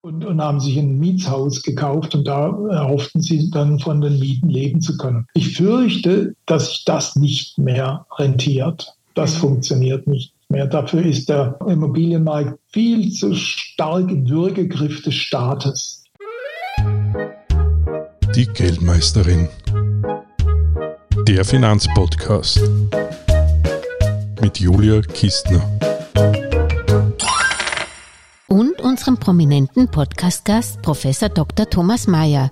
und haben sich ein Mietshaus gekauft und da erhofften sie dann von den Mieten leben zu können. Ich fürchte, dass sich das nicht mehr rentiert. Das funktioniert nicht mehr. Dafür ist der Immobilienmarkt viel zu stark im Würgegriff des Staates. Die Geldmeisterin. Der Finanzpodcast mit Julia Kistner. Und unserem prominenten Podcast-Gast Professor Dr. Thomas Mayer.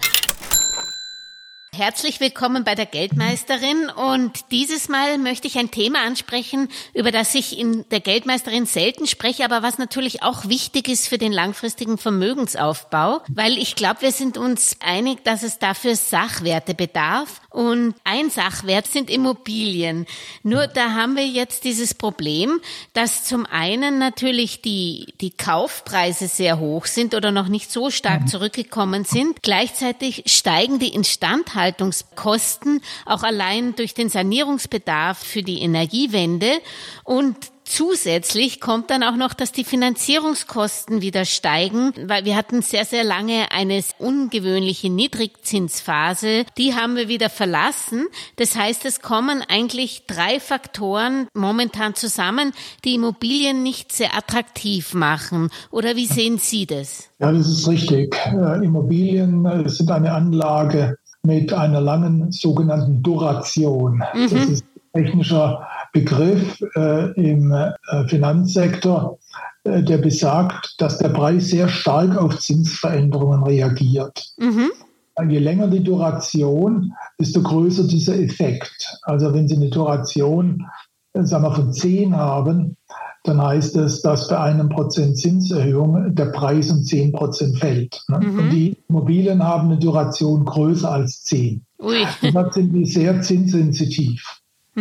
Herzlich willkommen bei der Geldmeisterin und dieses Mal möchte ich ein Thema ansprechen, über das ich in der Geldmeisterin selten spreche, aber was natürlich auch wichtig ist für den langfristigen Vermögensaufbau, weil ich glaube, wir sind uns einig, dass es dafür Sachwerte bedarf und ein Sachwert sind Immobilien. Nur da haben wir jetzt dieses Problem, dass zum einen natürlich die Kaufpreise sehr hoch sind oder noch nicht so stark zurückgekommen sind, gleichzeitig steigen die Instandhaltungskosten, auch allein durch den Sanierungsbedarf für die Energiewende und zusätzlich kommt dann auch noch, dass die Finanzierungskosten wieder steigen, weil wir hatten sehr, sehr lange eine ungewöhnliche Niedrigzinsphase. Die haben wir wieder verlassen. Das heißt, es kommen eigentlich 3 Faktoren momentan zusammen, die Immobilien nicht sehr attraktiv machen. Oder wie sehen Sie das? Ja, das ist richtig. Immobilien sind eine Anlage mit einer langen sogenannten Duration. Das ist ein technischer Begriff im Finanzsektor, der besagt, dass der Preis sehr stark auf Zinsveränderungen reagiert. Je länger die Duration, desto größer dieser Effekt. Also wenn Sie eine Duration sagen wir, von 10 haben, dann heißt es, dass bei 1% Zinserhöhung der Preis um 10% fällt. Und die Immobilien haben eine Duration größer als 10. Deshalb sind die sehr zinssensitiv.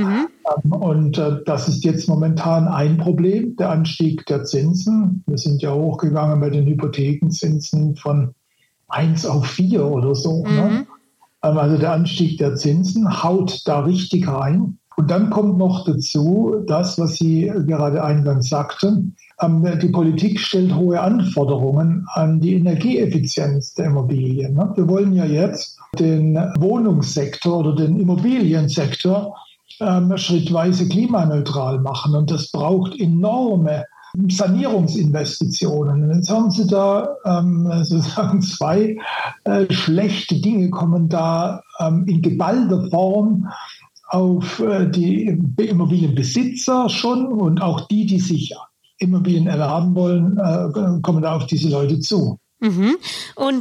Und das ist jetzt momentan ein Problem, der Anstieg der Zinsen. Wir sind ja hochgegangen bei den Hypothekenzinsen von 1 auf 4 oder so. Also der Anstieg der Zinsen haut da richtig rein. Und dann kommt noch dazu das, was Sie gerade eingangs sagten. Die Politik stellt hohe Anforderungen an die Energieeffizienz der Immobilien. Wir wollen ja jetzt den Wohnungssektor oder den Immobiliensektor schrittweise klimaneutral machen. Und das braucht enorme Sanierungsinvestitionen. Und jetzt haben Sie da sozusagen 2 schlechte Dinge kommen da in geballter Form auf die Immobilienbesitzer schon und auch die sich Immobilien erwerben wollen, kommen da auf diese Leute zu. Und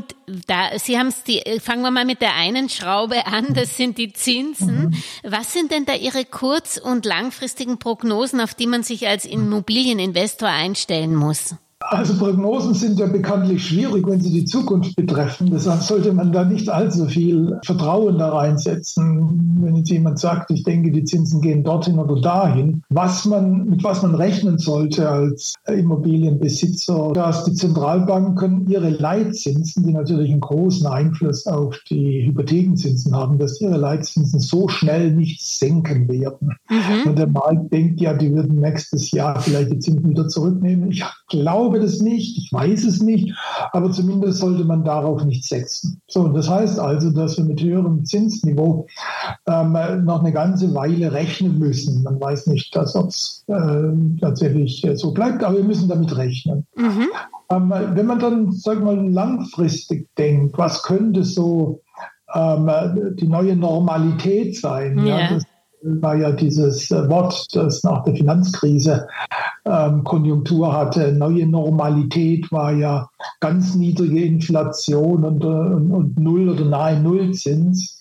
fangen wir mal mit der einen Schraube an, das sind die Zinsen. Was sind denn da Ihre kurz- und langfristigen Prognosen, auf die man sich als Immobilieninvestor einstellen muss? Also Prognosen sind ja bekanntlich schwierig, wenn sie die Zukunft betreffen. Deshalb sollte man da nicht allzu viel Vertrauen da reinsetzen. Wenn jetzt jemand sagt, ich denke, die Zinsen gehen dorthin oder dahin, mit was man rechnen sollte als Immobilienbesitzer, dass die Zentralbanken ihre Leitzinsen, die natürlich einen großen Einfluss auf die Hypothekenzinsen haben, dass ihre Leitzinsen so schnell nicht senken werden. Und der Markt denkt ja, die würden nächstes Jahr vielleicht die Zinsen wieder zurücknehmen. Ich glaube das nicht, ich weiß es nicht, aber zumindest sollte man darauf nicht setzen. So, und das heißt also, dass wir mit höherem Zinsniveau noch eine ganze Weile rechnen müssen. Man weiß nicht, ob es tatsächlich so bleibt, aber wir müssen damit rechnen. Wenn man dann, sag mal, langfristig denkt, was könnte so die neue Normalität sein? Ja, das war ja dieses Wort, das nach der Finanzkrise Konjunktur hatte. Neue Normalität war ja ganz niedrige Inflation und Null oder nahe Nullzins.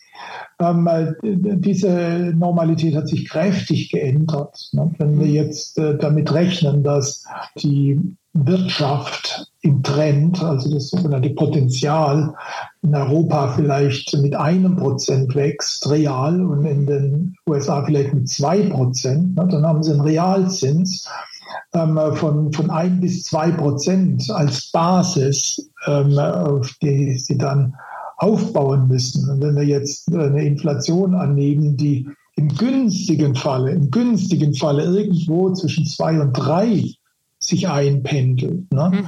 Diese Normalität hat sich kräftig geändert. Wenn wir jetzt damit rechnen, dass die Wirtschaft im Trend, also das sogenannte Potenzial in Europa vielleicht mit 1% wächst, real, und in den USA vielleicht mit 2%, dann haben sie einen Realzins von 1 bis 2% als Basis, auf die sie dann aufbauen müssen. Und wenn wir jetzt eine Inflation annehmen, die im günstigen Falle irgendwo zwischen 2 und 3 sich einpendelt,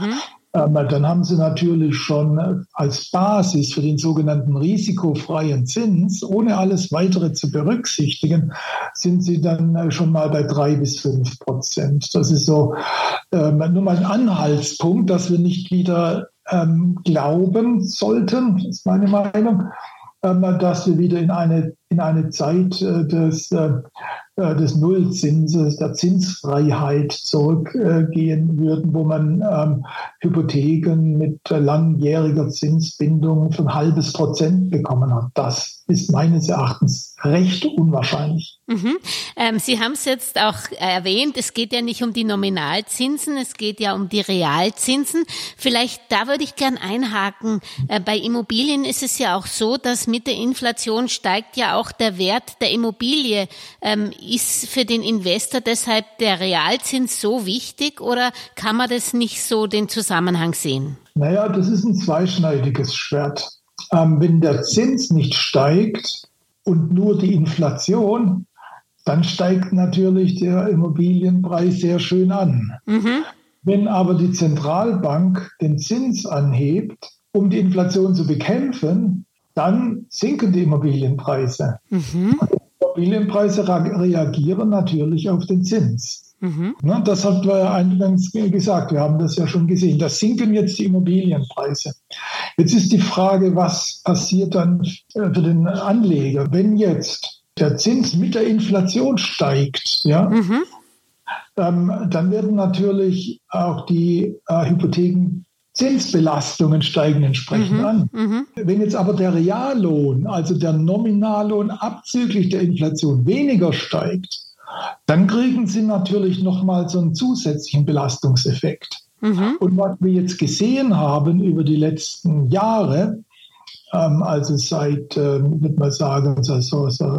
Dann haben Sie natürlich schon als Basis für den sogenannten risikofreien Zins, ohne alles Weitere zu berücksichtigen, sind Sie dann schon mal bei 3-5%. Das ist so nur mal ein Anhaltspunkt, dass wir nicht wieder glauben sollten, ist meine Meinung, dass wir wieder in eine Zeit des Nullzinses, der Zinsfreiheit zurückgehen würden, wo man Hypotheken mit langjähriger Zinsbindung für 0,5% bekommen hat. Das ist meines Erachtens recht unwahrscheinlich. Sie haben es jetzt auch erwähnt, es geht ja nicht um die Nominalzinsen, es geht ja um die Realzinsen. Vielleicht da würde ich gern einhaken. Bei Immobilien ist es ja auch so, dass mit der Inflation steigt ja auch der Wert der Immobilie. Ist für den Investor deshalb der Realzins so wichtig oder kann man das nicht so den Zusammenhang sehen? Naja, das ist ein zweischneidiges Schwert. Wenn der Zins nicht steigt und nur die Inflation, dann steigt natürlich der Immobilienpreis sehr schön an. Wenn aber die Zentralbank den Zins anhebt, um die Inflation zu bekämpfen, dann sinken die Immobilienpreise. Immobilienpreise reagieren natürlich auf den Zins. Das hat wir ja eingangs gesagt, wir haben das ja schon gesehen. Da sinken jetzt die Immobilienpreise. Jetzt ist die Frage, was passiert dann für den Anleger, wenn jetzt der Zins mit der Inflation steigt, dann werden natürlich auch die Hypothekenzinsbelastungen steigen entsprechend an. Wenn jetzt aber der Reallohn, also der Nominallohn abzüglich der Inflation weniger steigt, dann kriegen Sie natürlich nochmal so einen zusätzlichen Belastungseffekt. Und was wir jetzt gesehen haben über die letzten Jahre, also seit, würde man sagen, seit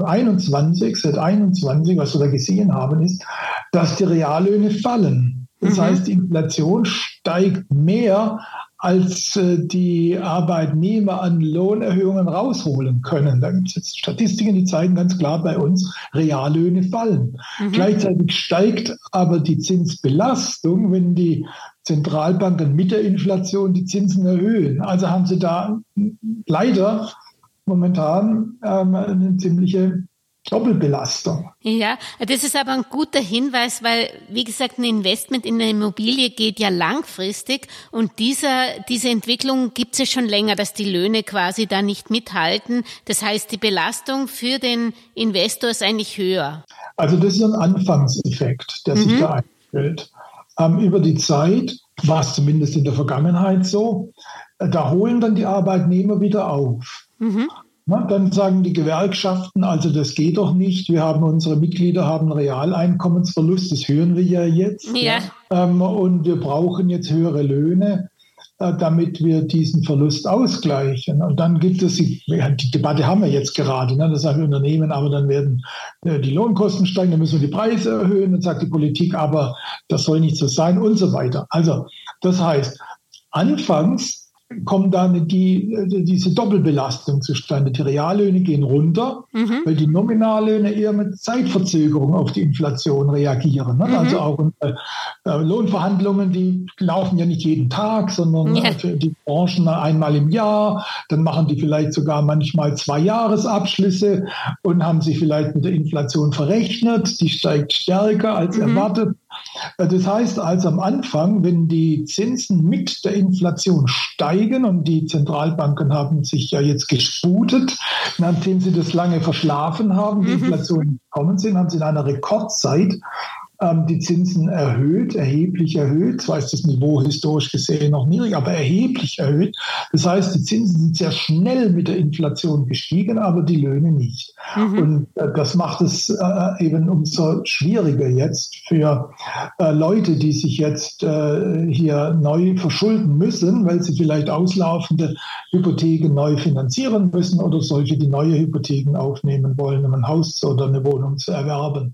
21, was wir da gesehen haben, ist, dass die Reallöhne fallen. Das heißt, die Inflation steigt mehr, als die Arbeitnehmer an Lohnerhöhungen rausholen können. Da gibt es jetzt Statistiken, die zeigen ganz klar bei uns, Reallöhne fallen. Gleichzeitig steigt aber die Zinsbelastung, wenn die Zentralbanken mit der Inflation die Zinsen erhöhen. Also haben sie da leider momentan eine ziemliche Doppelbelastung. Ja, das ist aber ein guter Hinweis, weil, wie gesagt, ein Investment in eine Immobilie geht ja langfristig und diese Entwicklung gibt es ja schon länger, dass die Löhne quasi da nicht mithalten. Das heißt, die Belastung für den Investor ist eigentlich höher. Also das ist ein Anfangseffekt, der sich da einstellt. Über die Zeit war es zumindest in der Vergangenheit so, da holen dann die Arbeitnehmer wieder auf. Dann sagen die Gewerkschaften, also das geht doch nicht, unsere Mitglieder haben Realeinkommensverlust, das hören wir ja jetzt. Und wir brauchen jetzt höhere Löhne, damit wir diesen Verlust ausgleichen. Und dann gibt es, die Debatte haben wir jetzt gerade, das sagen Unternehmen, aber dann werden die Lohnkosten steigen, dann müssen wir die Preise erhöhen, dann sagt die Politik, aber das soll nicht so sein und so weiter. Also das heißt, anfangs kommt dann diese Doppelbelastung zustande. Die Reallöhne gehen runter, weil die Nominallöhne eher mit Zeitverzögerung auf die Inflation reagieren. Also auch Lohnverhandlungen, die laufen ja nicht jeden Tag, sondern für die Branchen einmal im Jahr. Dann machen die vielleicht sogar manchmal 2 Jahresabschlüsse und haben sich vielleicht mit der Inflation verrechnet. Die steigt stärker als erwartet. Das heißt also am Anfang, wenn die Zinsen mit der Inflation steigen und die Zentralbanken haben sich ja jetzt gesputet, nachdem sie das lange verschlafen haben, die Inflation gekommen sind, haben sie in einer Rekordzeit die Zinsen erheblich erhöht. Zwar ist das Niveau historisch gesehen noch niedrig, aber erheblich erhöht. Das heißt, die Zinsen sind sehr schnell mit der Inflation gestiegen, aber die Löhne nicht. Und das macht es eben umso schwieriger jetzt für Leute, die sich jetzt hier neu verschulden müssen, weil sie vielleicht auslaufende Hypotheken neu finanzieren müssen oder solche, die neue Hypotheken aufnehmen wollen, um ein Haus oder eine Wohnung zu erwerben.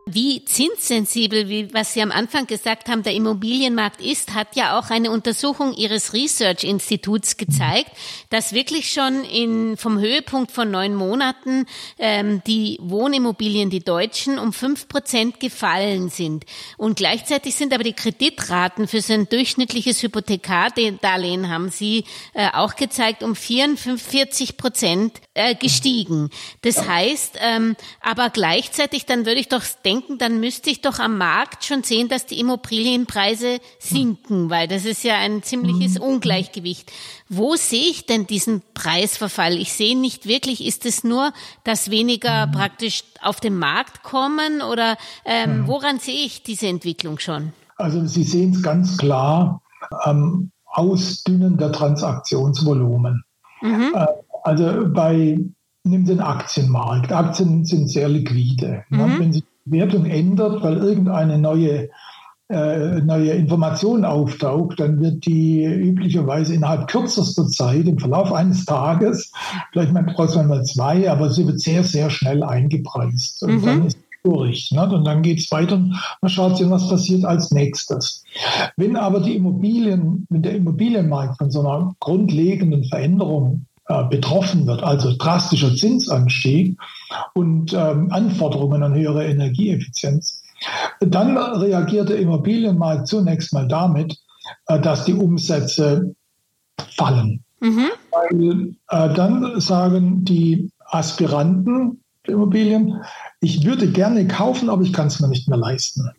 Wie zinssensibel, wie was Sie am Anfang gesagt haben, der Immobilienmarkt ist, hat ja auch eine Untersuchung Ihres Research-Instituts gezeigt, dass wirklich schon vom Höhepunkt von 9 Monaten die Wohnimmobilien, die deutschen, um 5% gefallen sind. Und gleichzeitig sind aber die Kreditraten für so ein durchschnittliches Hypothekardarlehen, haben Sie auch gezeigt, um 44% gestiegen. Das heißt, aber gleichzeitig, dann würde ich doch denken, dann müsste ich doch am Markt schon sehen, dass die Immobilienpreise sinken, weil das ist ja ein ziemliches Ungleichgewicht. Wo sehe ich denn diesen Preisverfall? Ich sehe nicht wirklich, ist es nur, dass weniger praktisch auf den Markt kommen oder woran sehe ich diese Entwicklung schon? Also Sie sehen es ganz klar am Ausdünnen der Transaktionsvolumen. Also nimm den Aktienmarkt. Aktien sind sehr liquide. Wenn sich die Wertung ändert, weil irgendeine neue Information auftaucht, dann wird die üblicherweise innerhalb kürzester Zeit, im Verlauf eines Tages, vielleicht braucht man mal 2, aber sie wird sehr, sehr schnell eingepreist. Und dann ist es durch. Und dann geht es weiter und man schaut sich, was passiert als nächstes. Wenn aber der Immobilienmarkt von so einer grundlegenden Veränderung betroffen wird, also drastischer Zinsanstieg und Anforderungen an höhere Energieeffizienz, dann reagiert der Immobilienmarkt zunächst mal damit, dass die Umsätze fallen. Weil dann sagen die Aspiranten der Immobilien, ich würde gerne kaufen, aber ich kann es mir nicht mehr leisten.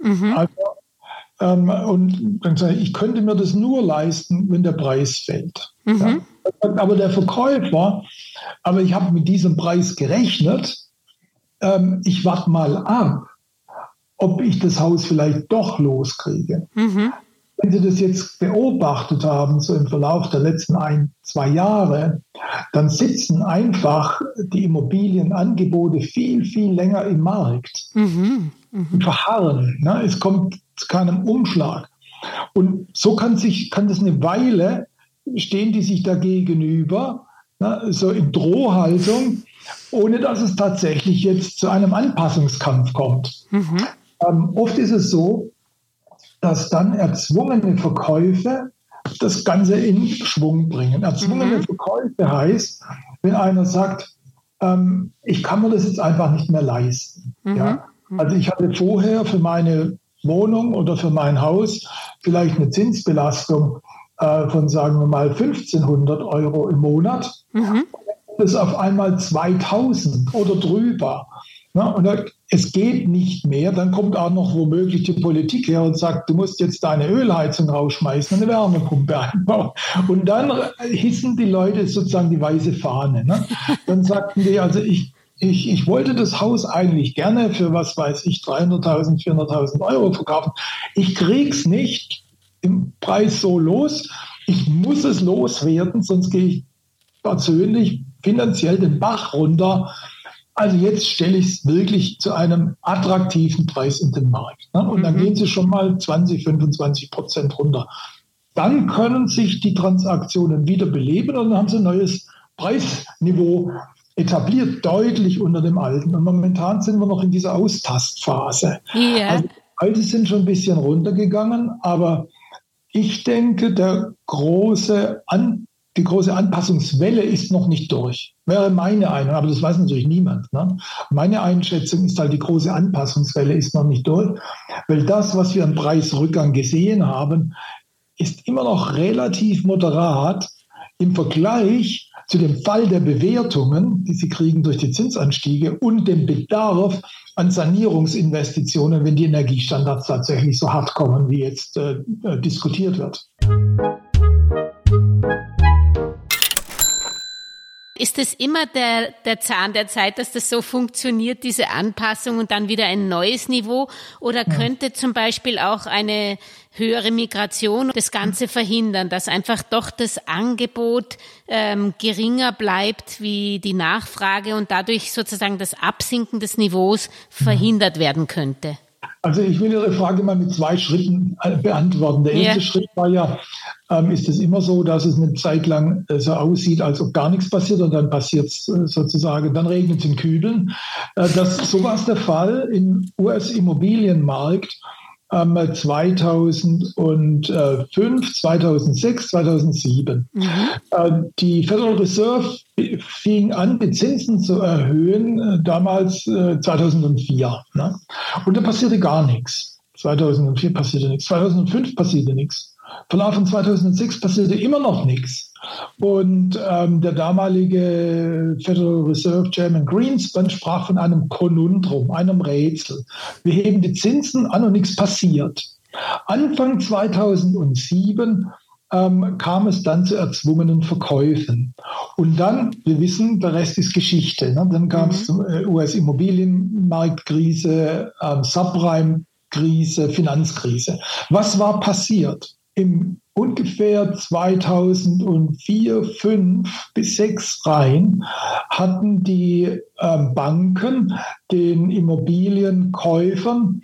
Und dann sage ich könnte mir das nur leisten, wenn der Preis fällt. Ja. Aber der Verkäufer, aber ich habe mit diesem Preis gerechnet, ich warte mal ab, ob ich das Haus vielleicht doch loskriege. Wenn Sie das jetzt beobachtet haben, so im Verlauf der letzten 1-2 Jahre, dann sitzen einfach die Immobilienangebote viel, viel länger im Markt. Verharren. Ne? Es kommt zu keinem Umschlag. Und so kann das eine Weile stehen die sich da gegenüber, ne, so in Drohhaltung, ohne dass es tatsächlich jetzt zu einem Anpassungskampf kommt. Oft ist es so, dass dann erzwungene Verkäufe das Ganze in Schwung bringen. Erzwungene Verkäufe heißt, wenn einer sagt, ich kann mir das jetzt einfach nicht mehr leisten. Ja? Also ich hatte vorher für meine Wohnung oder für mein Haus vielleicht eine Zinsbelastung von, sagen wir mal, 1.500 € im Monat. Das ist auf einmal 2.000 oder drüber. Ja, und es geht nicht mehr. Dann kommt auch noch womöglich die Politik her und sagt, du musst jetzt deine Ölheizung rausschmeißen und eine Wärmepumpe einbauen. Und dann hissen die Leute sozusagen die weiße Fahne. Ne? Dann sagten die, also ich wollte das Haus eigentlich gerne für, was weiß ich, 300.000, 400.000 € verkaufen. Ich krieg's nicht im Preis so los. Ich muss es loswerden, sonst gehe ich persönlich finanziell den Bach runter. Also jetzt stelle ich es wirklich zu einem attraktiven Preis in den Markt. Ne? Und dann gehen sie schon mal 20-25% runter. Dann können sich die Transaktionen wieder beleben und dann haben sie ein neues Preisniveau etabliert, deutlich unter dem alten. Und momentan sind wir noch in dieser Austastphase. Ja. Also die Preise sind schon ein bisschen runtergegangen, aber ich denke, die große Anpassungswelle ist noch nicht durch. Wäre meine Einschätzung, aber das weiß natürlich niemand. Ne? Meine Einschätzung ist halt, die große Anpassungswelle ist noch nicht durch, weil das, was wir am Preisrückgang gesehen haben, ist immer noch relativ moderat im Vergleich zu dem Fall der Bewertungen, die sie kriegen durch die Zinsanstiege und dem Bedarf an Sanierungsinvestitionen, wenn die Energiestandards tatsächlich so hart kommen, wie jetzt diskutiert wird. Ist es immer der Zahn der Zeit, dass das so funktioniert, diese Anpassung und dann wieder ein neues Niveau? Oder könnte zum Beispiel auch eine höhere Migration das Ganze verhindern, dass einfach doch das Angebot geringer bleibt wie die Nachfrage und dadurch sozusagen das Absinken des Niveaus verhindert werden könnte? Also ich will Ihre Frage mal mit 2 Schritten beantworten. Der erste Schritt war ja, ist es immer so, dass es eine Zeit lang so aussieht, als ob gar nichts passiert und dann passiert es sozusagen, dann regnet es in Kübeln. So war es der Fall im US-Immobilienmarkt 2005, 2006, 2007. Die Federal Reserve fing an, die Zinsen zu erhöhen, damals 2004. Ne? Und da passierte gar nichts. 2004 passierte nichts. 2005 passierte nichts. Verlauf von 2006 passierte immer noch nichts. Und der damalige Federal Reserve Chairman Greenspan sprach von einem Konundrum, einem Rätsel. Wir heben die Zinsen an und nichts passiert. Anfang 2007 kam es dann zu erzwungenen Verkäufen. Und dann, wir wissen, der Rest ist Geschichte. Ne? Dann kam es zur US-Immobilienmarktkrise, Subprime-Krise, Finanzkrise. Was war passiert? Im ungefähr 2004, 5 bis 6 rein hatten die Banken den Immobilienkäufern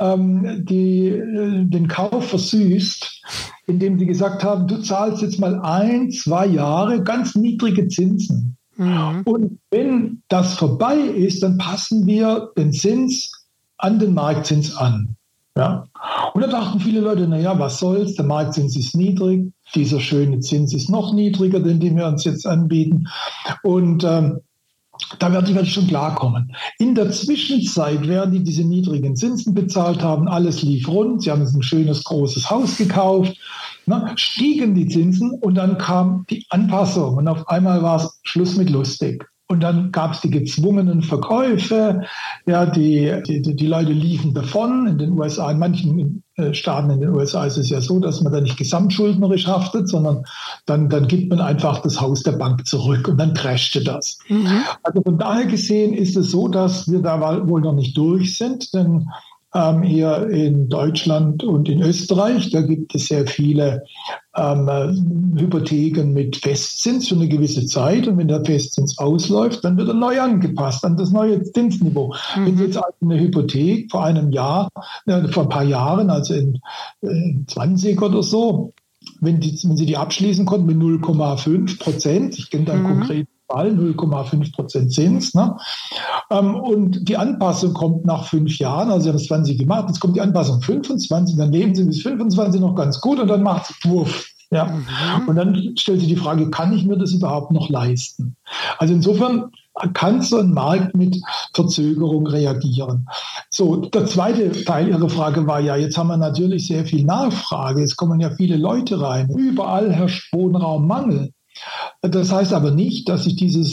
den Kauf versüßt, indem sie gesagt haben, du zahlst jetzt mal 1, 2 Jahre ganz niedrige Zinsen. Und wenn das vorbei ist, dann passen wir den Zins an den Marktzins an. Ja. Und da dachten viele Leute, naja, was soll's, der Marktzins ist niedrig, dieser schöne Zins ist noch niedriger, den wir uns jetzt anbieten. Und da werde ich schon klarkommen. In der Zwischenzeit, während die diese niedrigen Zinsen bezahlt haben, alles lief rund, sie haben jetzt ein schönes, großes Haus gekauft, stiegen die Zinsen und dann kam die Anpassung und auf einmal war es Schluss mit lustig. Und dann gab es die gezwungenen Verkäufe, ja, die Leute liefen davon. In den USA, in manchen Staaten in den USA ist es ja so, dass man da nicht gesamtschuldnerisch haftet, sondern dann gibt man einfach das Haus der Bank zurück und dann crashte das. Also von daher gesehen ist es so, dass wir da wohl noch nicht durch sind, denn hier in Deutschland und in Österreich, da gibt es sehr viele Hypotheken mit Festzins für eine gewisse Zeit. Und wenn der Festzins ausläuft, dann wird er neu angepasst an das neue Zinsniveau. Wenn Sie jetzt eine Hypothek vor einem Jahr, vor ein paar Jahren, also in 20 oder so, wenn Sie die abschließen konnten mit 0,5%, ich kenne da konkret 0,5% Zins. Ne? Und die Anpassung kommt nach 5 Jahren, also Sie haben es 20 gemacht, jetzt kommt die Anpassung 25, dann leben Sie bis 25 noch ganz gut und dann macht es Wuff. Ja? Und dann stellt sich die Frage, kann ich mir das überhaupt noch leisten? Also insofern kann so ein Markt mit Verzögerung reagieren. So, der zweite Teil Ihrer Frage war ja, jetzt haben wir natürlich sehr viel Nachfrage, es kommen ja viele Leute rein, überall herrscht Wohnraummangel. Das heißt aber nicht, dass sich diese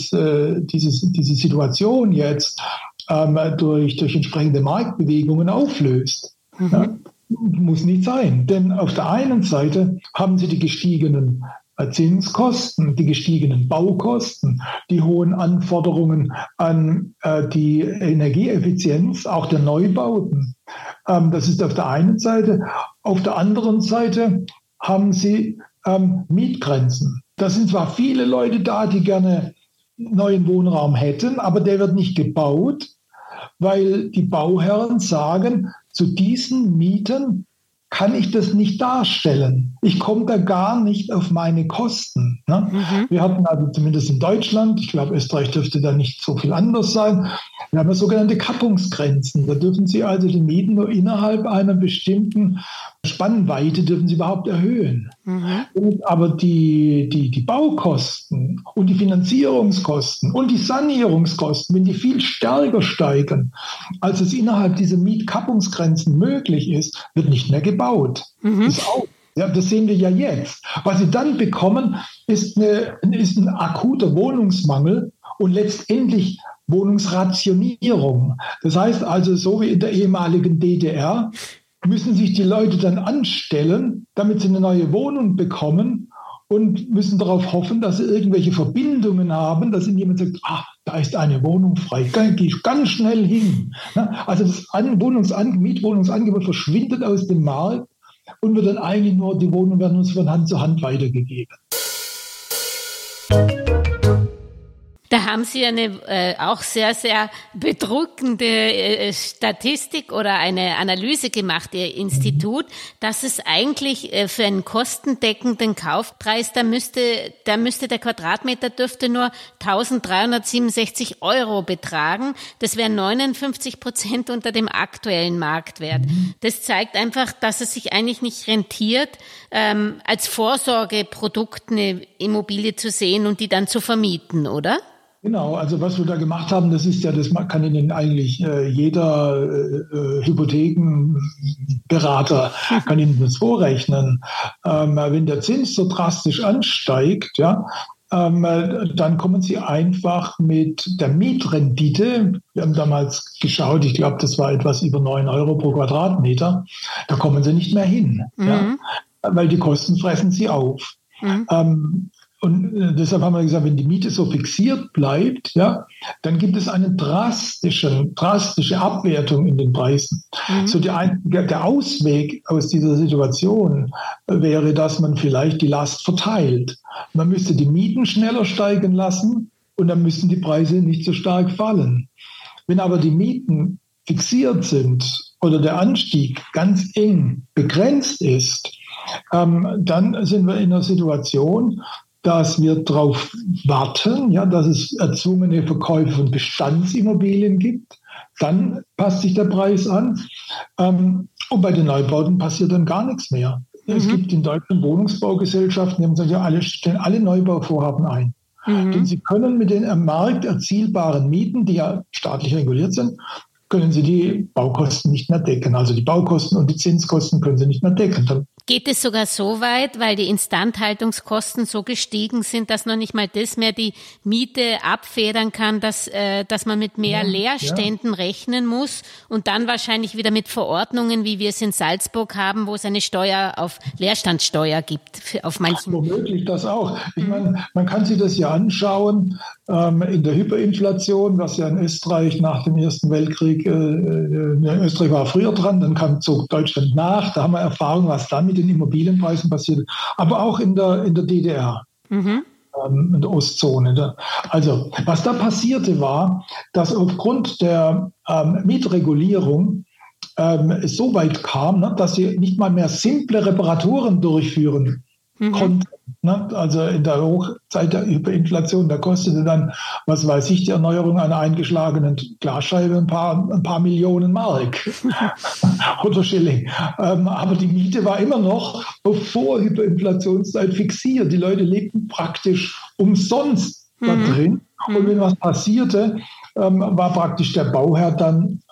Situation jetzt durch entsprechende Marktbewegungen auflöst. Ja, muss nicht sein. Denn auf der einen Seite haben Sie die gestiegenen Zinskosten, die gestiegenen Baukosten, die hohen Anforderungen an die Energieeffizienz, auch der Neubauten. Das ist auf der einen Seite. Auf der anderen Seite haben Sie Mietgrenzen. Da sind zwar viele Leute da, die gerne neuen Wohnraum hätten, aber der wird nicht gebaut, weil die Bauherren sagen, zu diesen Mieten kann ich das nicht darstellen. Ich komme da gar nicht auf meine Kosten. Ne? Wir hatten also zumindest in Deutschland, ich glaube, Österreich dürfte da nicht so viel anders sein, wir haben ja sogenannte Kappungsgrenzen. Da dürfen Sie also die Mieten nur innerhalb einer bestimmten Spannweite dürfen Sie überhaupt erhöhen. Aber die Baukosten und die Finanzierungskosten und die Sanierungskosten, wenn die viel stärker steigen, als es innerhalb dieser Mietkappungsgrenzen möglich ist, wird nicht mehr gebaut. Das sehen wir ja jetzt. Was Sie dann bekommen, ist ein akuter Wohnungsmangel und letztendlich Wohnungsrationierung. Das heißt also, so wie in der ehemaligen DDR, müssen sich die Leute dann anstellen, damit sie eine neue Wohnung bekommen und müssen darauf hoffen, dass sie irgendwelche Verbindungen haben, dass ihnen jemand sagt, da ist eine Wohnung frei, gehe ich ganz schnell hin. Also das Mietwohnungsangebot verschwindet aus dem Markt und wird dann eigentlich nur, die Wohnungen werden uns von Hand zu Hand weitergegeben. Da haben Sie eine auch sehr, sehr bedrückende Statistik oder eine Analyse gemacht, Ihr Institut, dass es eigentlich für einen kostendeckenden Kaufpreis, da müsste der Quadratmeter dürfte nur 1.367 € betragen. Das wären 59% unter dem aktuellen Marktwert. Das zeigt einfach, dass es sich eigentlich nicht rentiert, als Vorsorgeprodukt eine Immobilie zu sehen und die dann zu vermieten, oder? Genau, also was wir da gemacht haben, das ist ja, das kann Ihnen eigentlich jeder Hypothekenberater kann Ihnen das vorrechnen. Wenn der Zins so drastisch ansteigt, ja, dann kommen Sie einfach mit der Mietrendite, wir haben damals geschaut, ich glaube, das war etwas über 9 € pro Quadratmeter, da kommen Sie nicht mehr hin, ja, weil die Kosten fressen Sie auf. Und deshalb haben wir gesagt, wenn die Miete so fixiert bleibt, ja, dann gibt es eine drastische Abwertung in den Preisen. So der Ausweg aus dieser Situation wäre, dass man vielleicht die Last verteilt. Man müsste die Mieten schneller steigen lassen und dann müssten die Preise nicht so stark fallen. Wenn aber die Mieten fixiert sind oder der Anstieg ganz eng begrenzt ist, dann sind wir in einer Situation, dass wir darauf warten, ja, dass es erzwungene Verkäufe von Bestandsimmobilien gibt. Dann passt sich der Preis an. Und bei den Neubauten passiert dann gar nichts mehr. Es gibt in Deutschland Wohnungsbaugesellschaften, die haben gesagt, ja, stellen alle Neubauvorhaben ein. Denn sie können mit den am Markt erzielbaren Mieten, die ja staatlich reguliert sind, können sie die Baukosten nicht mehr decken. Also die Baukosten und die Zinskosten können sie nicht mehr decken. Dann geht es sogar so weit, weil die Instandhaltungskosten so gestiegen sind, dass noch nicht mal das mehr die Miete abfedern kann, dass man mit mehr Leerständen rechnen muss und dann wahrscheinlich wieder mit Verordnungen, wie wir es in Salzburg haben, wo es eine Steuer auf Leerstandssteuer gibt auf manchen. Womöglich das auch. Ich meine, man kann sich das ja anschauen in der Hyperinflation, was ja in Österreich nach dem Ersten Weltkrieg, Österreich war früher dran, dann zog Deutschland nach, da haben wir Erfahrung, was dann mit den Immobilienpreisen passiert, aber auch in der DDR, in der Ostzone. Also, was da passierte war, dass aufgrund der Mietregulierung es so weit kam, ne, dass sie nicht mal mehr simple Reparaturen durchführen konnten. Ne? Also in der Hochzeit der Hyperinflation, da kostete dann, was weiß ich, die Erneuerung einer eingeschlagenen Glasscheibe ein paar Millionen Mark oder Schilling. Aber die Miete war immer noch vor Hyperinflationszeit fixiert. Die Leute lebten praktisch umsonst da drin. Und wenn was passierte, war praktisch der Bauherr dann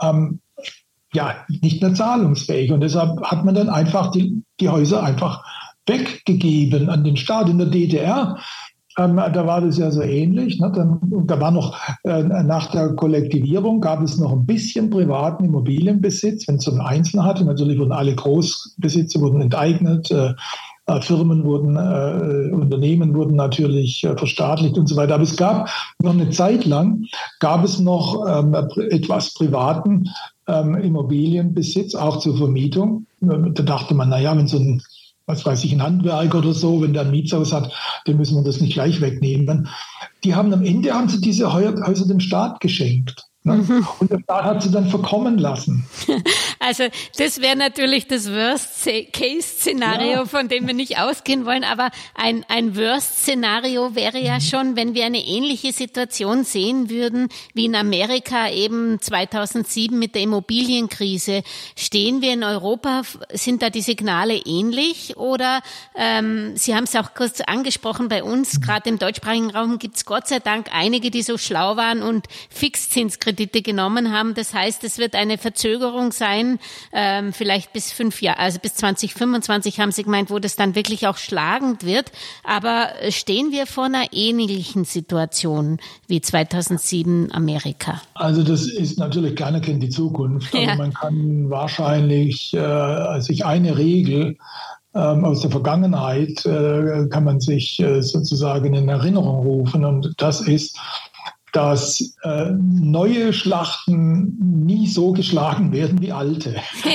nicht mehr zahlungsfähig. Und deshalb hat man dann einfach die Häuser einfach weggegeben an den Staat. In der DDR, da war das ja so ähnlich. Ne? Da war noch, nach der Kollektivierung gab es noch ein bisschen privaten Immobilienbesitz, wenn es so einen Einzelnen hatte. Natürlich wurden alle Großbesitzer enteignet, Firmen Unternehmen wurden natürlich verstaatlicht und so weiter. Aber es gab noch eine Zeit lang, noch etwas privaten Immobilienbesitz, auch zur Vermietung. Da dachte man, wenn so ein ein Handwerker oder so, wenn der ein Mietshaus hat, dem müssen wir das nicht gleich wegnehmen. Am Ende haben sie diese Häuser dem Staat geschenkt. Ne? Und der Staat hat sie dann verkommen lassen. Also das wäre natürlich das Worst-Case-Szenario, von dem wir nicht ausgehen wollen. Aber ein Worst-Szenario wäre ja schon, wenn wir eine ähnliche Situation sehen würden, wie in Amerika eben 2007 mit der Immobilienkrise. Stehen wir in Europa, sind da die Signale ähnlich? Oder Sie haben es auch kurz angesprochen, bei uns, gerade im deutschsprachigen Raum, gibt es Gott sei Dank einige, die so schlau waren und Fixzinskredite genommen haben. Das heißt, es wird eine Verzögerung sein, vielleicht bis 5 Jahre, also bis 2025 haben Sie gemeint, wo das dann wirklich auch schlagend wird. Aber stehen wir vor einer ähnlichen Situation wie 2007 Amerika? Also das ist natürlich, keiner kennt die Zukunft, aber man kann wahrscheinlich sich eine Regel aus der Vergangenheit kann man sich sozusagen in Erinnerung rufen, und das ist, dass neue Schlachten nie so geschlagen werden wie alte.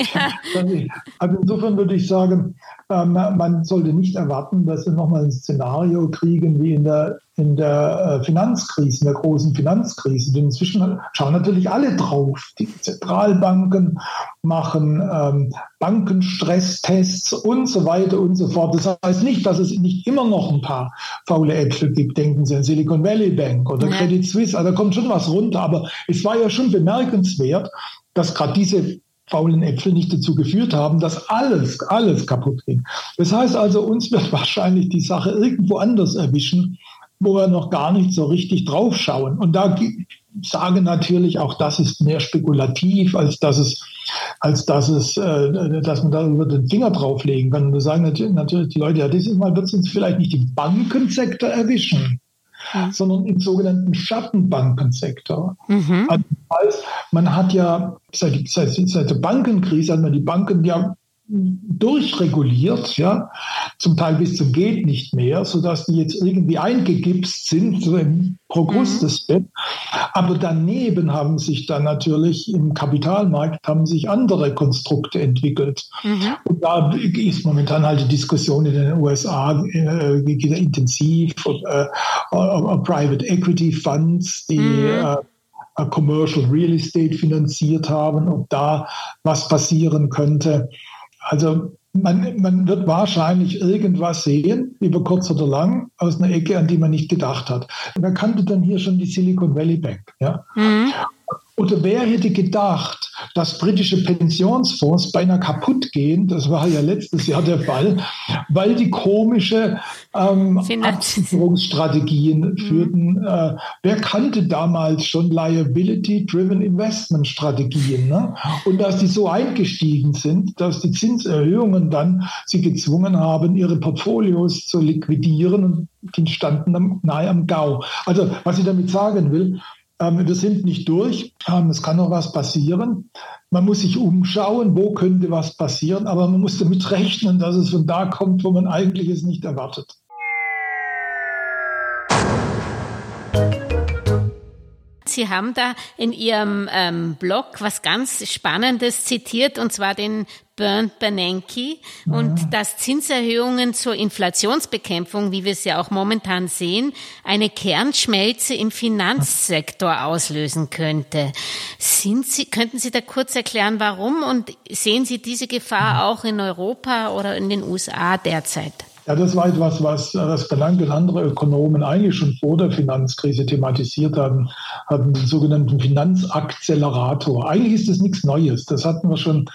Also insofern würde ich sagen, man sollte nicht erwarten, dass wir nochmal ein Szenario kriegen wie in der Finanzkrise, in der großen Finanzkrise. Denn inzwischen schauen natürlich alle drauf. Die Zentralbanken machen Bankenstresstests und so weiter und so fort. Das heißt nicht, dass es nicht immer noch ein paar faule Äpfel gibt. Denken Sie an Silicon Valley Bank oder Credit Suisse. Also da kommt schon was runter. Aber es war ja schon bemerkenswert, dass gerade diese faulen Äpfel nicht dazu geführt haben, dass alles kaputt ging. Das heißt also, uns wird wahrscheinlich die Sache irgendwo anders erwischen, wo wir noch gar nicht so richtig drauf schauen. Und da sage natürlich auch, das ist mehr spekulativ, als dass man da über den Finger drauflegen kann. Und da sagen natürlich die Leute, ja, dieses Mal wird es uns vielleicht nicht im Bankensektor erwischen, sondern im sogenannten Schattenbankensektor. Also das heißt, man hat ja seit der Bankenkrise hat man die Banken ja durchreguliert, ja, zum Teil bis zum geht nicht mehr, sodass die jetzt irgendwie eingegipst sind, so im Progrustusbett. Aber daneben haben sich dann natürlich im Kapitalmarkt sich andere Konstrukte entwickelt. Und da ist momentan halt die Diskussion in den USA wieder intensiv, Private Equity Funds, die Commercial Real Estate finanziert haben, ob da was passieren könnte. Also man wird wahrscheinlich irgendwas sehen, über kurz oder lang, aus einer Ecke, an die man nicht gedacht hat. Man kannte dann hier schon die Silicon Valley Bank. Ja? Oder wer hätte gedacht, dass britische Pensionsfonds beinahe kaputt gehen? Das war ja letztes Jahr der Fall, weil die komische Absicherungsstrategien führten. Wer kannte damals schon Liability-Driven Investment-Strategien? Ne? Und dass die so eingestiegen sind, dass die Zinserhöhungen dann sie gezwungen haben, ihre Portfolios zu liquidieren, und die standen nahe am GAU. Also was ich damit sagen will, wir sind nicht durch, es kann noch was passieren. Man muss sich umschauen, wo könnte was passieren, aber man muss damit rechnen, dass es von da kommt, wo man eigentlich es nicht erwartet. Sie haben da in Ihrem Blog was ganz Spannendes zitiert, und zwar den Bernd Bernanke, und dass Zinserhöhungen zur Inflationsbekämpfung, wie wir es ja auch momentan sehen, eine Kernschmelze im Finanzsektor auslösen könnte. Könnten Sie da kurz erklären, warum, und sehen Sie diese Gefahr auch in Europa oder in den USA derzeit? Ja, das war etwas, was Bernanke und andere Ökonomen eigentlich schon vor der Finanzkrise thematisiert hatten den sogenannten Finanzakzelerator. Eigentlich ist das nichts Neues. Das hatten wir schon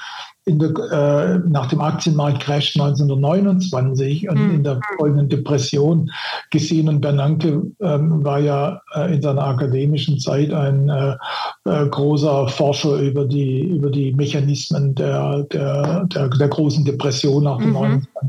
nach dem Aktienmarktcrash 1929 und in der folgenden Depression gesehen. Und Bernanke war ja in seiner akademischen Zeit ein großer Forscher über die Mechanismen der großen Depression nach dem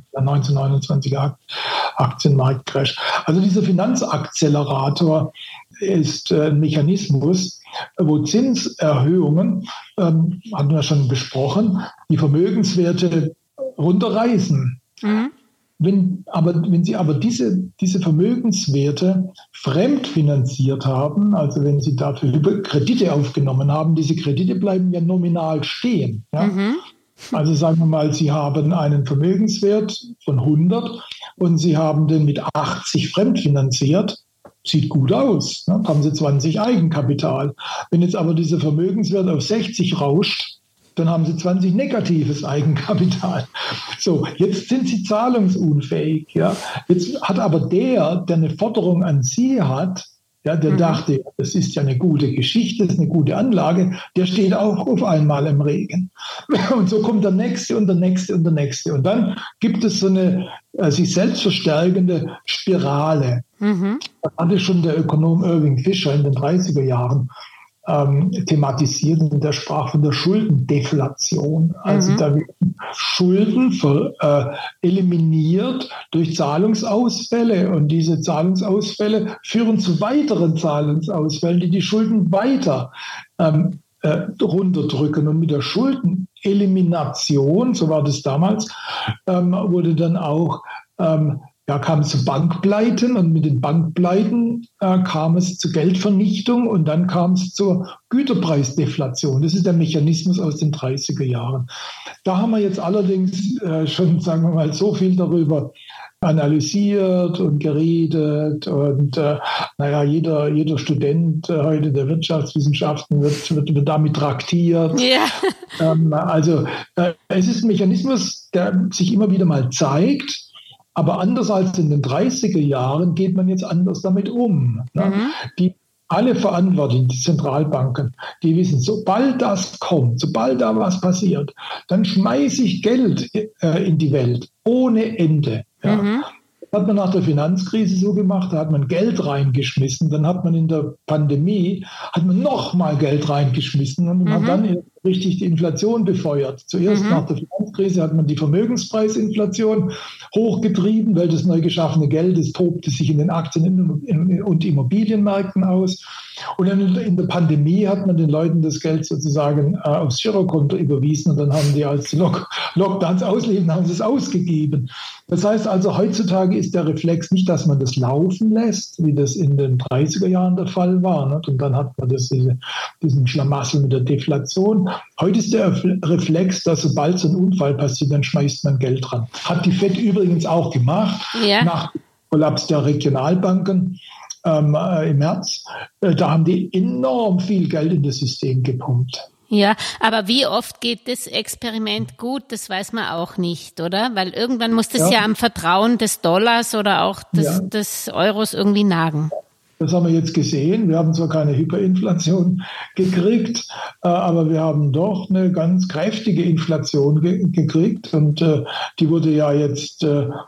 1929er Aktienmarktcrash. Also dieser Finanzakzelerator ist ein Mechanismus, wo Zinserhöhungen, hatten wir schon besprochen, die Vermögenswerte runterreißen. Wenn Sie aber diese Vermögenswerte fremdfinanziert haben, also wenn Sie dafür Kredite aufgenommen haben, diese Kredite bleiben ja nominal stehen. Ja? Also sagen wir mal, Sie haben einen Vermögenswert von 100 und Sie haben den mit 80 fremdfinanziert. Sieht gut aus, ne? Haben Sie 20 Eigenkapital. Wenn jetzt aber dieser Vermögenswert auf 60 rauscht, dann haben Sie 20 negatives Eigenkapital. So, jetzt sind Sie zahlungsunfähig. Ja? Jetzt hat aber der eine Forderung an Sie hat, ja, der dachte, das ist ja eine gute Geschichte, das ist eine gute Anlage, der steht auch auf einmal im Regen. Und so kommt der Nächste und der Nächste und der Nächste. Und dann gibt es so eine sich selbst verstärkende Spirale. Das hatte schon der Ökonom Irving Fisher in den 30er Jahren thematisiert, und der sprach von der Schuldendeflation. Also da werden Schulden eliminiert durch Zahlungsausfälle, und diese Zahlungsausfälle führen zu weiteren Zahlungsausfällen, die Schulden weiter runterdrücken. Und mit der Schuldenelimination, so war das damals, wurde dann auch kam es zu Bankpleiten, und mit den Bankpleiten kam es zu Geldvernichtung, und dann kam es zur Güterpreisdeflation. Das ist der Mechanismus aus den 30er Jahren. Da haben wir jetzt allerdings schon, sagen wir mal, so viel darüber analysiert und geredet und jeder Student heute der Wirtschaftswissenschaften wird damit traktiert. Ja. Es ist ein Mechanismus, der sich immer wieder mal zeigt, aber anders als in den 30er Jahren geht man jetzt anders damit um. Ne? Alle Verantwortlichen, die Zentralbanken, die wissen, sobald das kommt, sobald da was passiert, dann schmeiße ich Geld in die Welt ohne Ende. Ja. Das hat man nach der Finanzkrise so gemacht, da hat man Geld reingeschmissen, dann hat man in der Pandemie nochmal Geld reingeschmissen und hat dann richtig die Inflation befeuert. Zuerst nach der Finanzkrise hat man die Vermögenspreisinflation hochgetrieben, weil das neu geschaffene Geld, das tobte sich in den Aktien- und Immobilienmärkten aus. Und dann in der Pandemie hat man den Leuten das Geld sozusagen aufs Girokonto überwiesen und dann haben die, als die Lockdowns ausliefen, haben sie es ausgegeben. Das heißt also, heutzutage ist der Reflex nicht, dass man das laufen lässt, wie das in den 30er Jahren der Fall war. Nicht? Und dann hat man diesen Schlamassel mit der Deflation. Heute ist der Reflex, dass sobald so ein Unfall passiert, dann schmeißt man Geld dran. Hat die FED übrigens auch gemacht, nach dem Kollaps der Regionalbanken. Im März, da haben die enorm viel Geld in das System gepumpt. Ja, aber wie oft geht das Experiment gut, das weiß man auch nicht, oder? Weil irgendwann muss das ja am Vertrauen des Dollars oder auch des Euros irgendwie nagen. Das haben wir jetzt gesehen. Wir haben zwar keine Hyperinflation gekriegt, aber wir haben doch eine ganz kräftige Inflation gekriegt und die wurde ja jetzt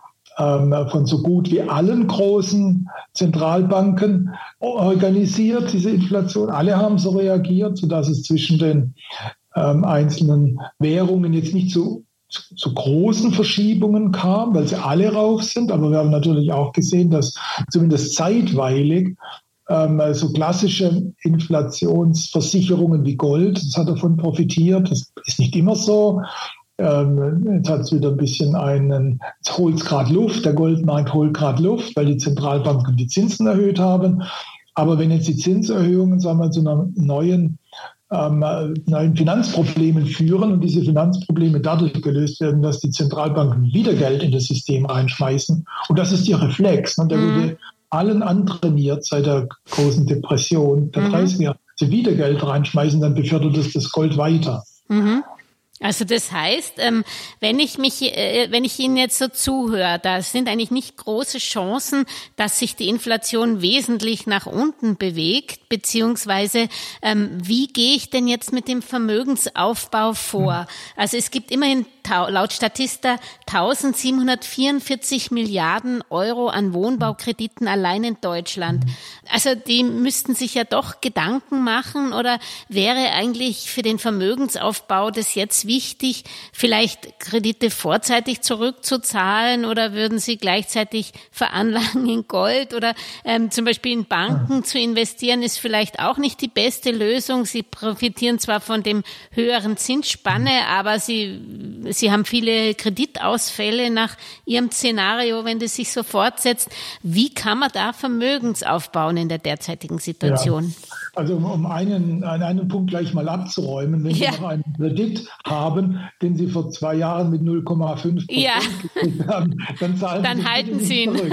von so gut wie allen großen Zentralbanken organisiert, diese Inflation. Alle haben so reagiert, sodass es zwischen den einzelnen Währungen jetzt nicht zu großen Verschiebungen kam, weil sie alle rauf sind. Aber wir haben natürlich auch gesehen, dass zumindest zeitweilig so klassische Inflationsversicherungen wie Gold, das hat davon profitiert. Das ist nicht immer so. Jetzt hat es wieder ein bisschen jetzt holt es gerade Luft, der Goldmarkt holt gerade Luft, weil die Zentralbanken die Zinsen erhöht haben. Aber wenn jetzt die Zinserhöhungen, sagen wir, zu einer neuen Finanzproblemen führen und diese Finanzprobleme dadurch gelöst werden, dass die Zentralbanken wieder Geld in das System reinschmeißen, und das ist ihr Reflex, ne? Der wurde allen antrainiert seit der großen Depression der 30er Jahre, sie wieder Geld reinschmeißen, dann befördert das Gold weiter. Also das heißt, wenn ich Ihnen jetzt so zuhöre, da sind eigentlich nicht große Chancen, dass sich die Inflation wesentlich nach unten bewegt, beziehungsweise wie gehe ich denn jetzt mit dem Vermögensaufbau vor? Also es gibt immerhin laut Statista 1.744 Milliarden Euro an Wohnbaukrediten allein in Deutschland. Also die müssten sich ja doch Gedanken machen, oder wäre eigentlich für den Vermögensaufbau das jetzt wichtig, vielleicht Kredite vorzeitig zurückzuzahlen, oder würden Sie gleichzeitig veranlagen in Gold oder zum Beispiel in Banken zu investieren, ist vielleicht auch nicht die beste Lösung. Sie profitieren zwar von dem höheren Zinsspanne, aber Sie haben viele Kreditausfälle nach Ihrem Szenario, wenn das sich so fortsetzt. Wie kann man da Vermögens aufbauen in der derzeitigen Situation? Ja. Also um einen Punkt gleich mal abzuräumen, wenn Sie noch einen Kredit haben, den Sie vor 2 Jahren mit 0,5% gekriegt haben, dann halten Sie ihn.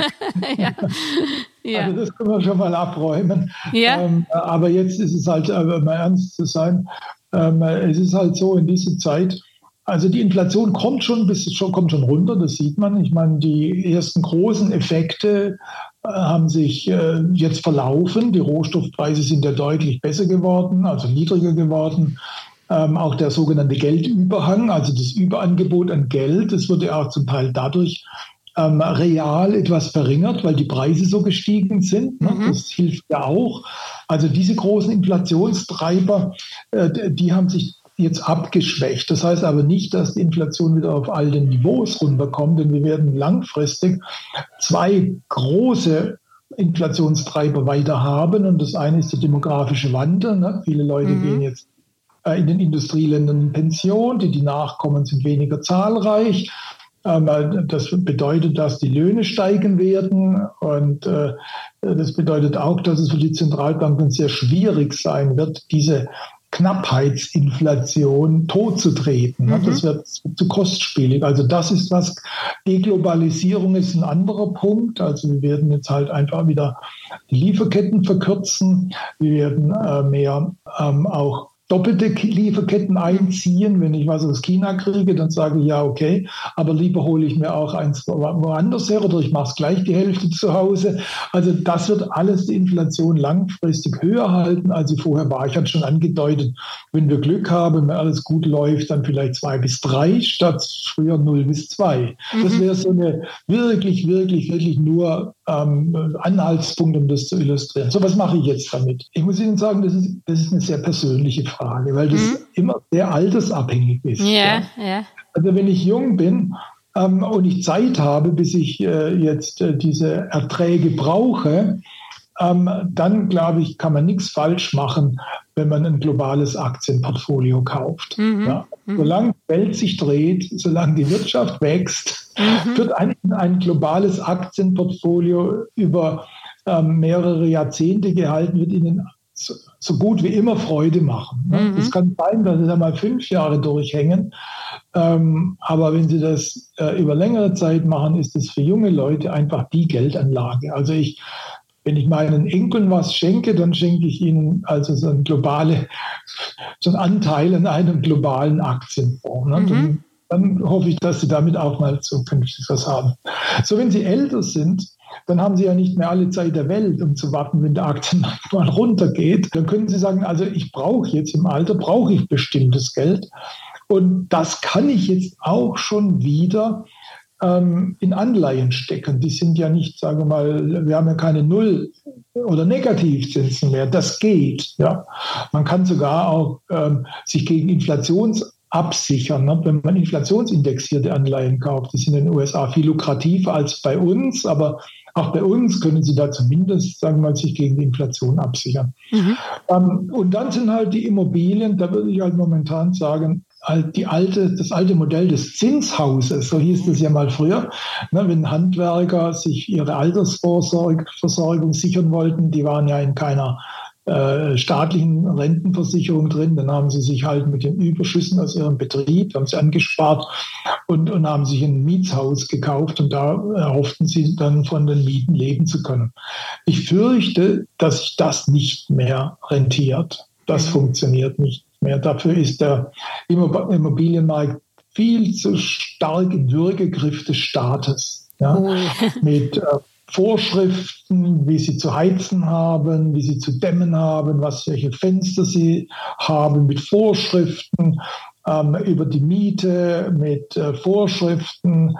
Also das können wir schon mal abräumen. Aber jetzt ist es halt, mal ernst zu sein, es ist halt so in dieser Zeit, also die Inflation kommt schon runter, das sieht man. Ich meine, die ersten großen Effekte haben sich jetzt verlaufen. Die Rohstoffpreise sind ja deutlich besser geworden, also niedriger geworden. Auch der sogenannte Geldüberhang, also das Überangebot an Geld, das wurde auch zum Teil dadurch real etwas verringert, weil die Preise so gestiegen sind. Ne? Das hilft ja auch. Also diese großen Inflationstreiber, die haben sich jetzt abgeschwächt. Das heißt aber nicht, dass die Inflation wieder auf alte Niveaus runterkommt, denn wir werden langfristig 2 große Inflationstreiber weiter haben. Und das eine ist der demografische Wandel. Ne? Viele Leute gehen jetzt in den Industrieländern in Pension, die Nachkommen sind weniger zahlreich. Das bedeutet, dass die Löhne steigen werden, und das bedeutet auch, dass es für die Zentralbanken sehr schwierig sein wird, diese Knappheitsinflation totzutreten. Das wird zu kostspielig. Also das ist was. Deglobalisierung ist ein anderer Punkt. Also wir werden jetzt halt einfach wieder die Lieferketten verkürzen. Wir werden mehr auch doppelte Lieferketten einziehen. Wenn ich was aus China kriege, dann sage ich ja, okay, aber lieber hole ich mir auch eins woanders her oder ich mache es gleich die Hälfte zu Hause. Also das wird alles die Inflation langfristig höher halten, als sie vorher war. Ich hatte schon angedeutet, wenn wir Glück haben, wenn alles gut läuft, dann vielleicht 2 bis 3 statt früher 0 bis 2. Das wäre so eine wirklich nur Anhaltspunkt, um das zu illustrieren. So, was mache ich jetzt damit? Ich muss Ihnen sagen, das ist eine sehr persönliche Frage, weil das immer sehr altersabhängig ist. Ja. Also wenn ich jung bin und ich Zeit habe, bis ich jetzt diese Erträge brauche, dann glaube ich, kann man nichts falsch machen, wenn man ein globales Aktienportfolio kauft. Ja. Solange die Welt sich dreht, solange die Wirtschaft wächst, wird ein globales Aktienportfolio über mehrere Jahrzehnte gehalten, wird Ihnen so gut wie immer Freude machen. Es kann sein, dass Sie da mal 5 Jahre durchhängen, aber wenn Sie das über längere Zeit machen, ist es für junge Leute einfach die Geldanlage. Also wenn ich meinen Enkeln was schenke, dann schenke ich ihnen also so einen Anteil an einem globalen Aktienfonds. Dann hoffe ich, dass sie damit auch mal zukünftig was haben. So, wenn sie älter sind, dann haben sie ja nicht mehr alle Zeit der Welt, um zu warten, wenn der Aktienmarkt mal runtergeht. Dann können sie sagen, also ich brauche jetzt im Alter, bestimmtes Geld. Und das kann ich jetzt auch schon wieder in Anleihen stecken. Die sind ja nicht, sagen wir mal, wir haben ja keine Null- oder Negativzinsen mehr. Das geht. Ja. Man kann sogar auch sich gegen Inflation absichern, ne? Wenn man inflationsindexierte Anleihen kauft. Die sind in den USA viel lukrativer als bei uns, aber auch bei uns können Sie da zumindest, sagen wir mal, sich gegen die Inflation absichern. Und dann sind halt die Immobilien, da würde ich halt momentan sagen, halt das alte Modell des Zinshauses, so hieß das ja mal früher. Ne, wenn Handwerker sich ihre Altersversorgung sichern wollten, die waren ja in keiner staatlichen Rentenversicherung drin, dann haben sie sich halt mit den Überschüssen aus ihrem Betrieb, haben sie angespart und haben sich ein Mietshaus gekauft und da erhofften sie dann von den Mieten leben zu können. Ich fürchte, dass sich das nicht mehr rentiert. Das funktioniert nicht mehr. Dafür ist der Immobilienmarkt viel zu stark im Würgegriff des Staates. Ja? Mit Vorschriften, wie sie zu heizen haben, wie sie zu dämmen haben, welche Fenster sie haben, mit Vorschriften über die Miete, mit Vorschriften,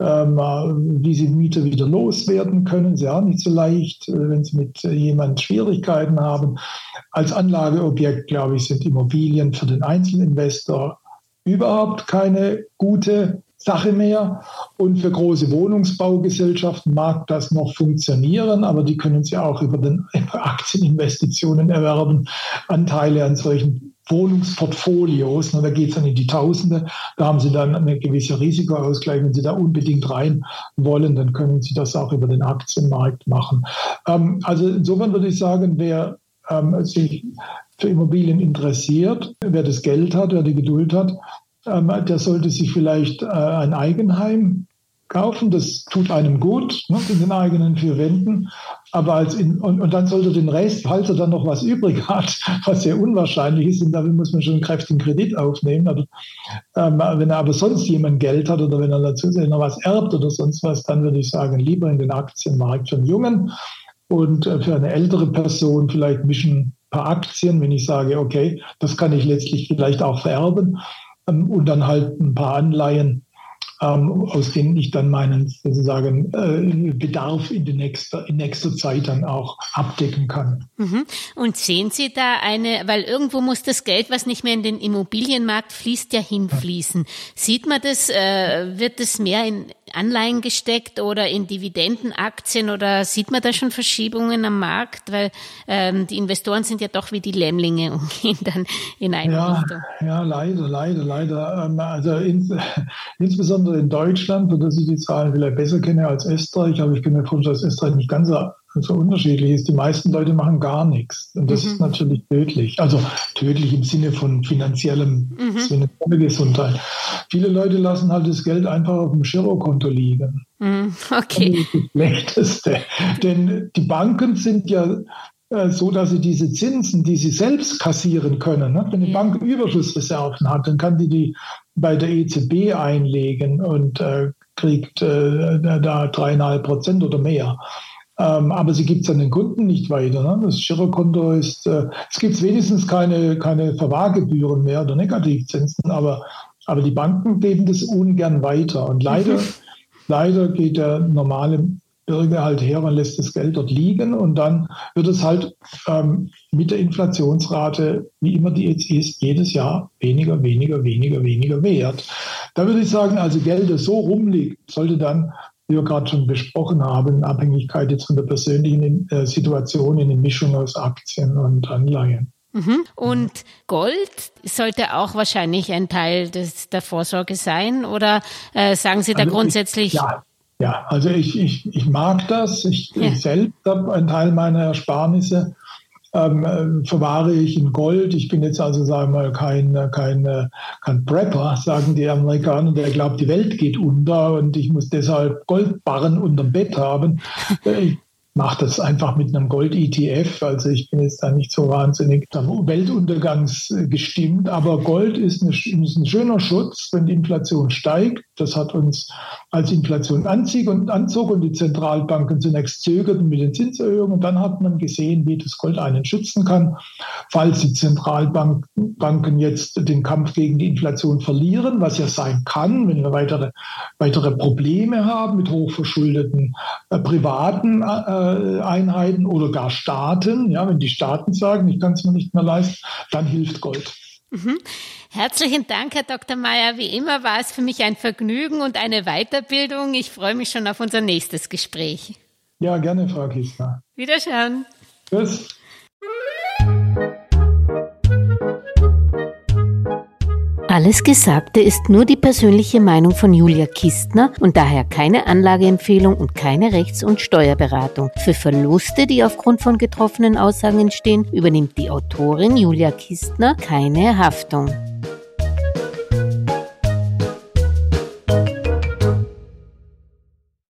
wie sie Mieter wieder loswerden können. Ist ja auch nicht so leicht, wenn sie mit jemand Schwierigkeiten haben. Als Anlageobjekt, glaube ich, sind Immobilien für den Einzelinvestor überhaupt keine gute Sache mehr. Und für große Wohnungsbaugesellschaften mag das noch funktionieren, aber die können sie auch über Aktieninvestitionen erwerben, Anteile an solchen Wohnungsportfolios. Da geht es dann in die Tausende. Da haben sie dann eine gewisse Risikoausgleich. Wenn sie da unbedingt rein wollen, dann können sie das auch über den Aktienmarkt machen. Also insofern würde ich sagen, wer sich für Immobilien interessiert, wer das Geld hat, wer die Geduld hat, der sollte sich vielleicht ein Eigenheim kaufen. Das tut einem gut, ne, in den eigenen 4 Wänden. Aber und dann sollte den Rest, falls er dann noch was übrig hat, was sehr unwahrscheinlich ist, und dafür muss man schon einen kräftigen Kredit aufnehmen. Oder, wenn er aber sonst jemand Geld hat oder wenn er dazu noch was erbt oder sonst was, dann würde ich sagen, lieber in den Aktienmarkt für einen Jungen und für eine ältere Person vielleicht mischen ein paar Aktien, wenn ich sage, okay, das kann ich letztlich vielleicht auch vererben. Und dann halt ein paar Anleihen, aus denen ich dann meinen sozusagen Bedarf in nächster Zeit dann auch abdecken kann. Und sehen Sie da weil irgendwo muss das Geld, was nicht mehr in den Immobilienmarkt fließt, ja hinfließen. Sieht man das, wird das mehr in Anleihen gesteckt oder in Dividendenaktien oder sieht man da schon Verschiebungen am Markt? Weil die Investoren sind ja doch wie die Lämmlinge und gehen dann in eine Richtung. Ja, leider. Also insbesondere in Deutschland, für das ich die Zahlen vielleicht besser kenne als Österreich, aber ich kann mir vorstellen, dass Österreich nicht ganz so so unterschiedlich ist. Die meisten Leute machen gar nichts. Und das ist natürlich tödlich. Also tödlich im Sinne von finanzieller Gesundheit. Viele Leute lassen halt das Geld einfach auf dem Girokonto liegen. Okay. Das ist das Schlechteste. Denn die Banken sind ja so, dass sie diese Zinsen, die sie selbst kassieren können, ne? Wenn eine Bank Überschussreserven hat, dann kann die bei der EZB einlegen und kriegt da 3,5% oder mehr. Aber sie gibt es an den Kunden nicht weiter. Ne? Das Girokonto ist, es gibt wenigstens keine Verwahrgebühren mehr oder Negativzinsen, aber die Banken geben das ungern weiter. Und leider geht der normale Bürger halt her und lässt das Geld dort liegen und dann wird es halt mit der Inflationsrate, wie immer die jetzt ist, jedes Jahr weniger wert. Da würde ich sagen, also Geld, das so rumliegt, sollte dann, wie wir gerade schon besprochen haben, in Abhängigkeit jetzt von der persönlichen Situation in der Mischung aus Aktien und Anleihen. Und Gold sollte auch wahrscheinlich ein Teil der Vorsorge sein oder sagen Sie da grundsätzlich... Ja, also ich mag das. Ich selbst habe einen Teil meiner Ersparnisse verwahre ich in Gold. Ich bin jetzt also, sagen wir mal, kein Prepper, sagen die Amerikaner, der glaubt, die Welt geht unter und ich muss deshalb Goldbarren unterm Bett haben. Ich mache das einfach mit einem Gold-ETF. Also ich bin jetzt da nicht so wahnsinnig weltuntergangsgestimmt, aber Gold ist ein schöner Schutz, wenn die Inflation steigt. Das hat uns als Inflation anzog und die Zentralbanken zunächst zögerten mit den Zinserhöhungen. Und dann hat man gesehen, wie das Gold einen schützen kann, falls die Zentralbanken jetzt den Kampf gegen die Inflation verlieren, was ja sein kann, wenn wir weitere Probleme haben mit hochverschuldeten privaten Einheiten oder gar Staaten. Ja, wenn die Staaten sagen, ich kann es mir nicht mehr leisten, dann hilft Gold. Herzlichen Dank, Herr Dr. Meyer. Wie immer war es für mich ein Vergnügen und eine Weiterbildung. Ich freue mich schon auf unser nächstes Gespräch. Ja, gerne, Frau Kistner. Wiederschauen. Tschüss. Alles Gesagte ist nur die persönliche Meinung von Julia Kistner und daher keine Anlageempfehlung und keine Rechts- und Steuerberatung. Für Verluste, die aufgrund von getroffenen Aussagen entstehen, übernimmt die Autorin Julia Kistner keine Haftung.